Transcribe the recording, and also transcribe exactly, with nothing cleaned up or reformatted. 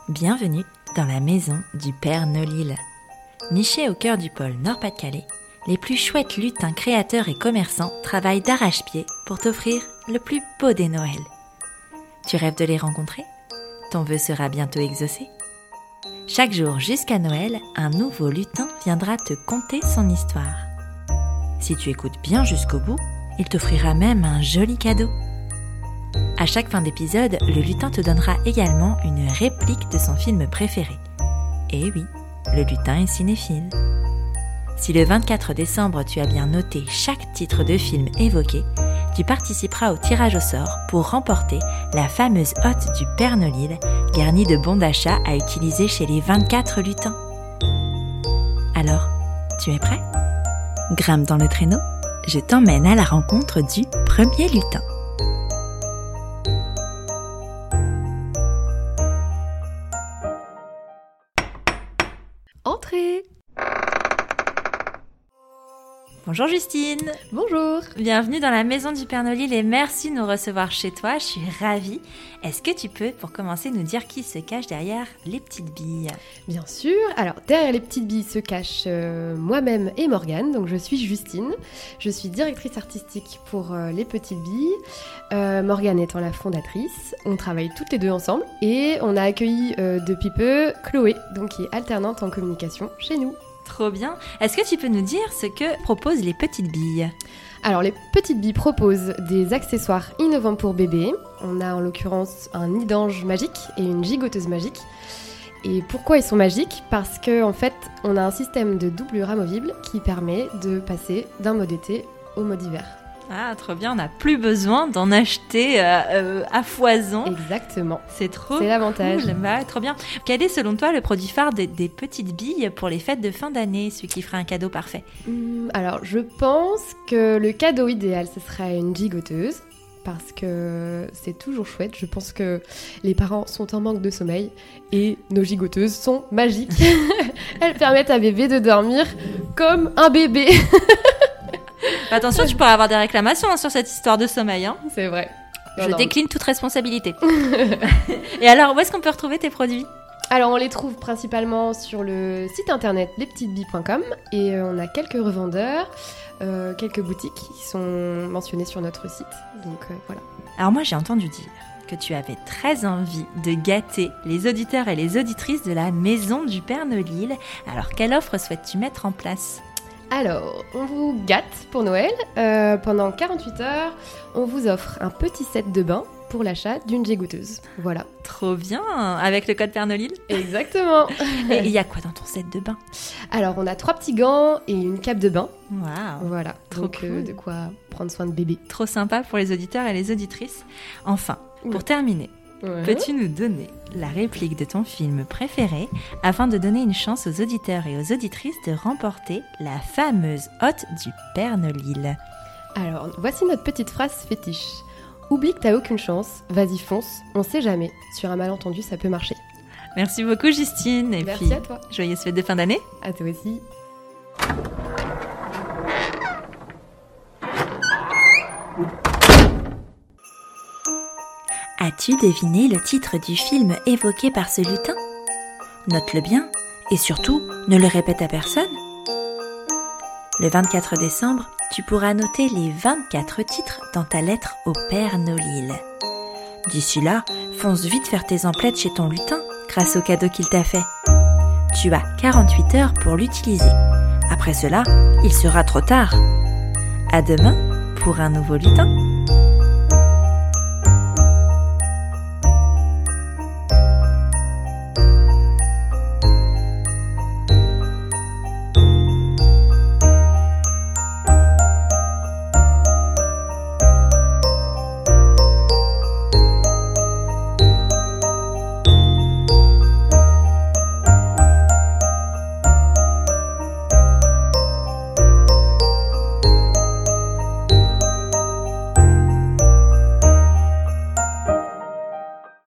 Bienvenue dans la maison du Père Nolil. Nichés au cœur du pôle Nord-Pas-de-Calais, les plus chouettes lutins créateurs et commerçants travaillent d'arrache-pied pour t'offrir le plus beau des Noëls. Tu rêves de les rencontrer ? Ton vœu sera bientôt exaucé. Chaque jour jusqu'à Noël, un nouveau lutin viendra te conter son histoire. Si tu écoutes bien jusqu'au bout, il t'offrira même un joli cadeau. À chaque fin d'épisode, le lutin te donnera également une réplique de son film préféré. Et oui, le lutin est cinéphile. Si le vingt-quatre décembre tu as bien noté chaque titre de film évoqué, tu participeras au tirage au sort pour remporter la fameuse hotte du Père Nolil, garnie de bons d'achat à utiliser chez les vingt-quatre lutins. Alors, tu es prêt ? Grimpe dans le traîneau, je t'emmène à la rencontre du premier lutin. Entrez! Bonjour Justine. Bonjour. Bienvenue dans la maison du Père Nolil et merci de nous recevoir chez toi, je suis ravie. Est-ce que tu peux, pour commencer, nous dire qui se cache derrière les petites billes ? Bien sûr. Alors, derrière les petites billes se cachent euh, moi-même et Morgane, donc je suis Justine. Je suis directrice artistique pour euh, les petites billes, euh, Morgane étant la fondatrice. On travaille toutes les deux ensemble et on a accueilli euh, depuis peu Chloé, donc qui est alternante en communication chez nous. Trop bien. Est-ce que tu peux nous dire ce que proposent les petites billes ? Alors, les petites billes proposent des accessoires innovants pour bébés. On a en l'occurrence un nid d'ange magique et une gigoteuse magique. Et pourquoi ils sont magiques ? Parce qu'en fait, on a un système de doublure amovible qui permet de passer d'un mode été au mode hiver. Ah, trop bien, on n'a plus besoin d'en acheter euh, euh, à foison. Exactement. C'est trop C'est l'avantage. Cool. Bah, trop bien. Quel est selon toi le produit phare des, des petites billes pour les fêtes de fin d'année, celui qui ferait un cadeau parfait ? Hum, Alors, je pense que le cadeau idéal, ce serait une gigoteuse. Parce que c'est toujours chouette. Je pense que les parents sont en manque de sommeil et nos gigoteuses sont magiques. Elles permettent à bébé de dormir comme un bébé. Attention, tu pourrais avoir des réclamations hein, sur cette histoire de sommeil. Hein. C'est vrai. Je non, décline toute responsabilité. Et alors, où est-ce qu'on peut retrouver tes produits ? Alors, on les trouve principalement sur le site internet les petites billes point com et euh, on a quelques revendeurs, euh, quelques boutiques qui sont mentionnées sur notre site. Donc, euh, voilà. Alors moi, j'ai entendu dire que tu avais très envie de gâter les auditeurs et les auditrices de la maison du Père Nolil. Alors, quelle offre souhaites-tu mettre en place ? Alors, on vous gâte pour Noël. Euh, pendant quarante-huit heures, on vous offre un petit set de bain pour l'achat d'une gigoteuse. Voilà. Trop bien, avec le code Père Nolil. Exactement. Et il y a quoi dans ton set de bain ? Alors, on a trois petits gants et une cape de bain. Waouh. Voilà. Trop Donc, cool. euh, de quoi prendre soin de bébé. Trop sympa pour les auditeurs et les auditrices. Enfin, pour Ouais. terminer, Ouais. peux-tu nous donner la réplique de ton film préféré afin de donner une chance aux auditeurs et aux auditrices de remporter la fameuse hotte du Père Nolil ? Alors, voici notre petite phrase fétiche. Oublie que t'as aucune chance, vas-y fonce, on sait jamais. Sur un malentendu, ça peut marcher. Merci beaucoup Justine et Merci puis à toi. joyeuses fêtes de fin d'année. À toi aussi. As-tu deviné le titre du film évoqué par ce lutin ? Note-le bien et surtout ne le répète à personne. Le vingt-quatre décembre, tu pourras noter les vingt-quatre titres dans ta lettre au Père Nolil. D'ici là, fonce vite faire tes emplettes chez ton lutin grâce au cadeau qu'il t'a fait. Tu as quarante-huit heures pour l'utiliser. Après cela, il sera trop tard. À demain pour un nouveau lutin.